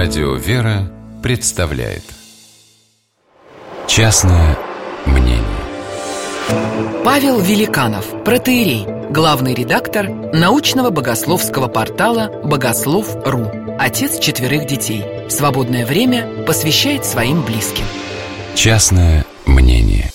Радио «Вера» представляет «Частное мнение». Павел Великанов, протоиерей, главный редактор научного богословского портала «Богослов.ру», отец 4 детей. Свободное время посвящает своим близким. Частное мнение.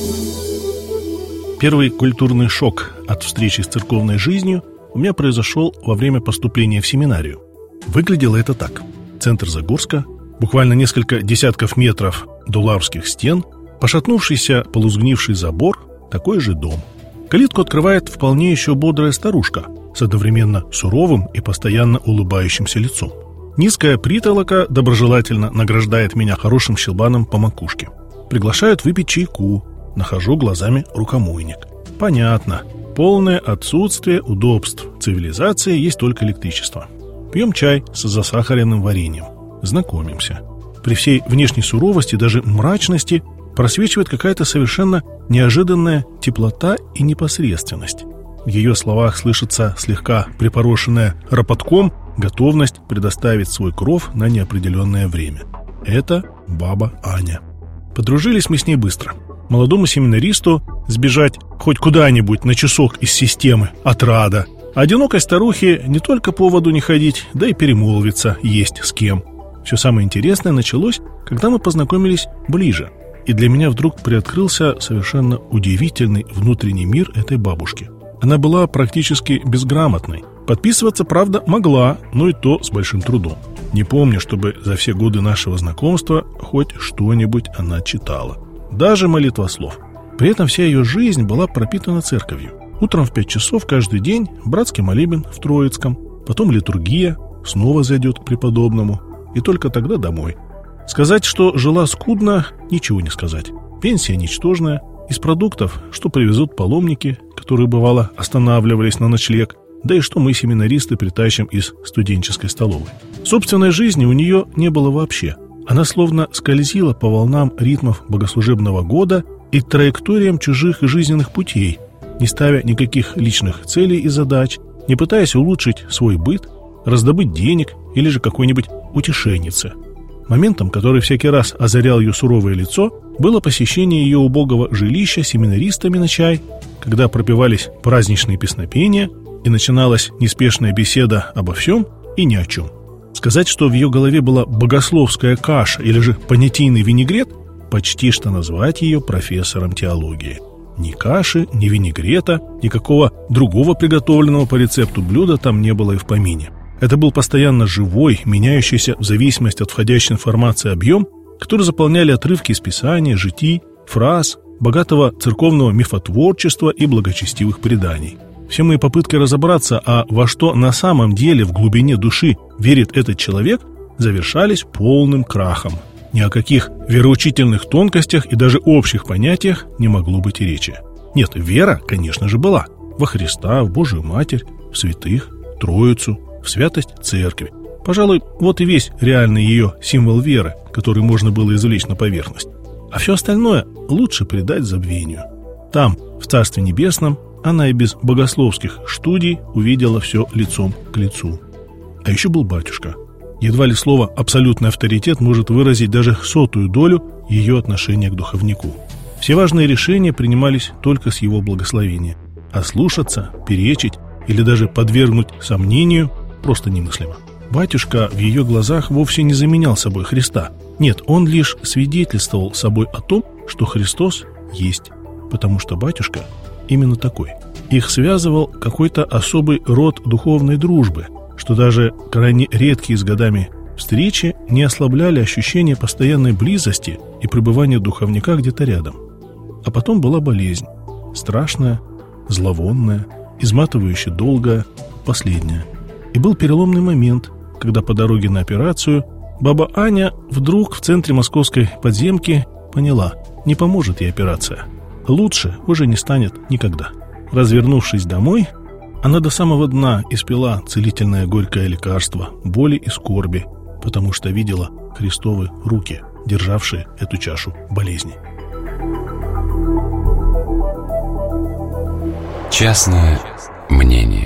Первый культурный шок от встречи с церковной жизнью у меня произошел во время поступления в семинарию. Выглядело это так. Центр Загорска, буквально несколько десятков метров до лаврских стен, пошатнувшийся полусгнивший забор, такой же дом. Калитку открывает вполне еще бодрая старушка с одновременно суровым и постоянно улыбающимся лицом. Низкая притолока доброжелательно награждает меня хорошим щелбаном по макушке. Приглашают выпить чайку. Нахожу глазами рукомойник. Понятно. Полное отсутствие удобств цивилизации, есть только электричество. Пьем чай с засахаренным вареньем. Знакомимся. При всей внешней суровости, даже мрачности, просвечивает какая-то совершенно неожиданная теплота и непосредственность. В ее словах слышится слегка припорошенная ропотком готовность предоставить свой кров на неопределенное время. Это баба Аня. Подружились мы с ней быстро. Молодому семинаристу сбежать хоть куда-нибудь на часок из системы отрада. Одинокой старухе не только поводу не ходить, да и перемолвиться есть с кем. Все самое интересное началось, когда мы познакомились ближе. И для меня вдруг приоткрылся совершенно удивительный внутренний мир этой бабушки. Она была практически безграмотной. Подписываться, правда, могла, но и то с большим трудом. Не помню, чтобы за все годы нашего знакомства хоть что-нибудь она читала. Даже молитвослов. При этом вся ее жизнь была пропитана церковью. Утром в 5 часов каждый день братский молебен в Троицком, потом литургия, снова зайдет к преподобному, и только тогда домой. Сказать, что жила скудно, ничего не сказать. Пенсия ничтожная, из продуктов, что привезут паломники, которые, бывало, останавливались на ночлег, да и что мы, семинаристы, притащим из студенческой столовой. Собственной жизни у нее не было вообще. Она словно скользила по волнам ритмов богослужебного года и траекториям чужих жизненных путей, не ставя никаких личных целей и задач, не пытаясь улучшить свой быт, раздобыть денег или же какой-нибудь утешенницы. Моментом, который всякий раз озарял ее суровое лицо, было посещение ее убогого жилища семинаристами на чай, когда пропевались праздничные песнопения и начиналась неспешная беседа обо всем и ни о чем. Сказать, что в ее голове была богословская каша или же понятийный винегрет, почти что назвать ее профессором теологии. Ни каши, ни винегрета, никакого другого приготовленного по рецепту блюда там не было и в помине. Это был постоянно живой, меняющийся в зависимости от входящей информации объем, который заполняли отрывки из Писания, житий, фраз, богатого церковного мифотворчества и благочестивых преданий. Все мои попытки разобраться, а во что на самом деле в глубине души верит этот человек, завершались полным крахом. Ни о каких вероучительных тонкостях и даже общих понятиях не могло быть и речи. Нет, вера, конечно же, была. Во Христа, в Божию Матерь, в святых, Троицу, в святость Церкви. Пожалуй, вот и весь реальный ее символ веры, который можно было извлечь на поверхность. А все остальное лучше предать забвению. Там, в Царстве Небесном, она и без богословских студий увидела все лицом к лицу. А еще был батюшка. Едва ли слово «абсолютный авторитет» может выразить даже 100-ю долю ее отношения к духовнику. Все важные решения принимались только с его благословения. А слушаться, перечить или даже подвергнуть сомнению просто немыслимо. Батюшка в ее глазах вовсе не заменял собой Христа. Нет, он лишь свидетельствовал собой о том, что Христос есть, потому что батюшка именно такой. Их связывал какой-то особый род духовной дружбы, что даже крайне редкие с годами встречи не ослабляли ощущение постоянной близости и пребывания духовника где-то рядом. А потом была болезнь, страшная, зловонная, изматывающая долгая, последняя. И был переломный момент, когда по дороге на операцию баба Аня вдруг в центре московской подземки поняла, не поможет ей операция. Лучше уже не станет никогда. Развернувшись домой, она до самого дна испила целительное горькое лекарство боли и скорби, потому что видела Христовы руки, державшие эту чашу болезни. Частное мнение.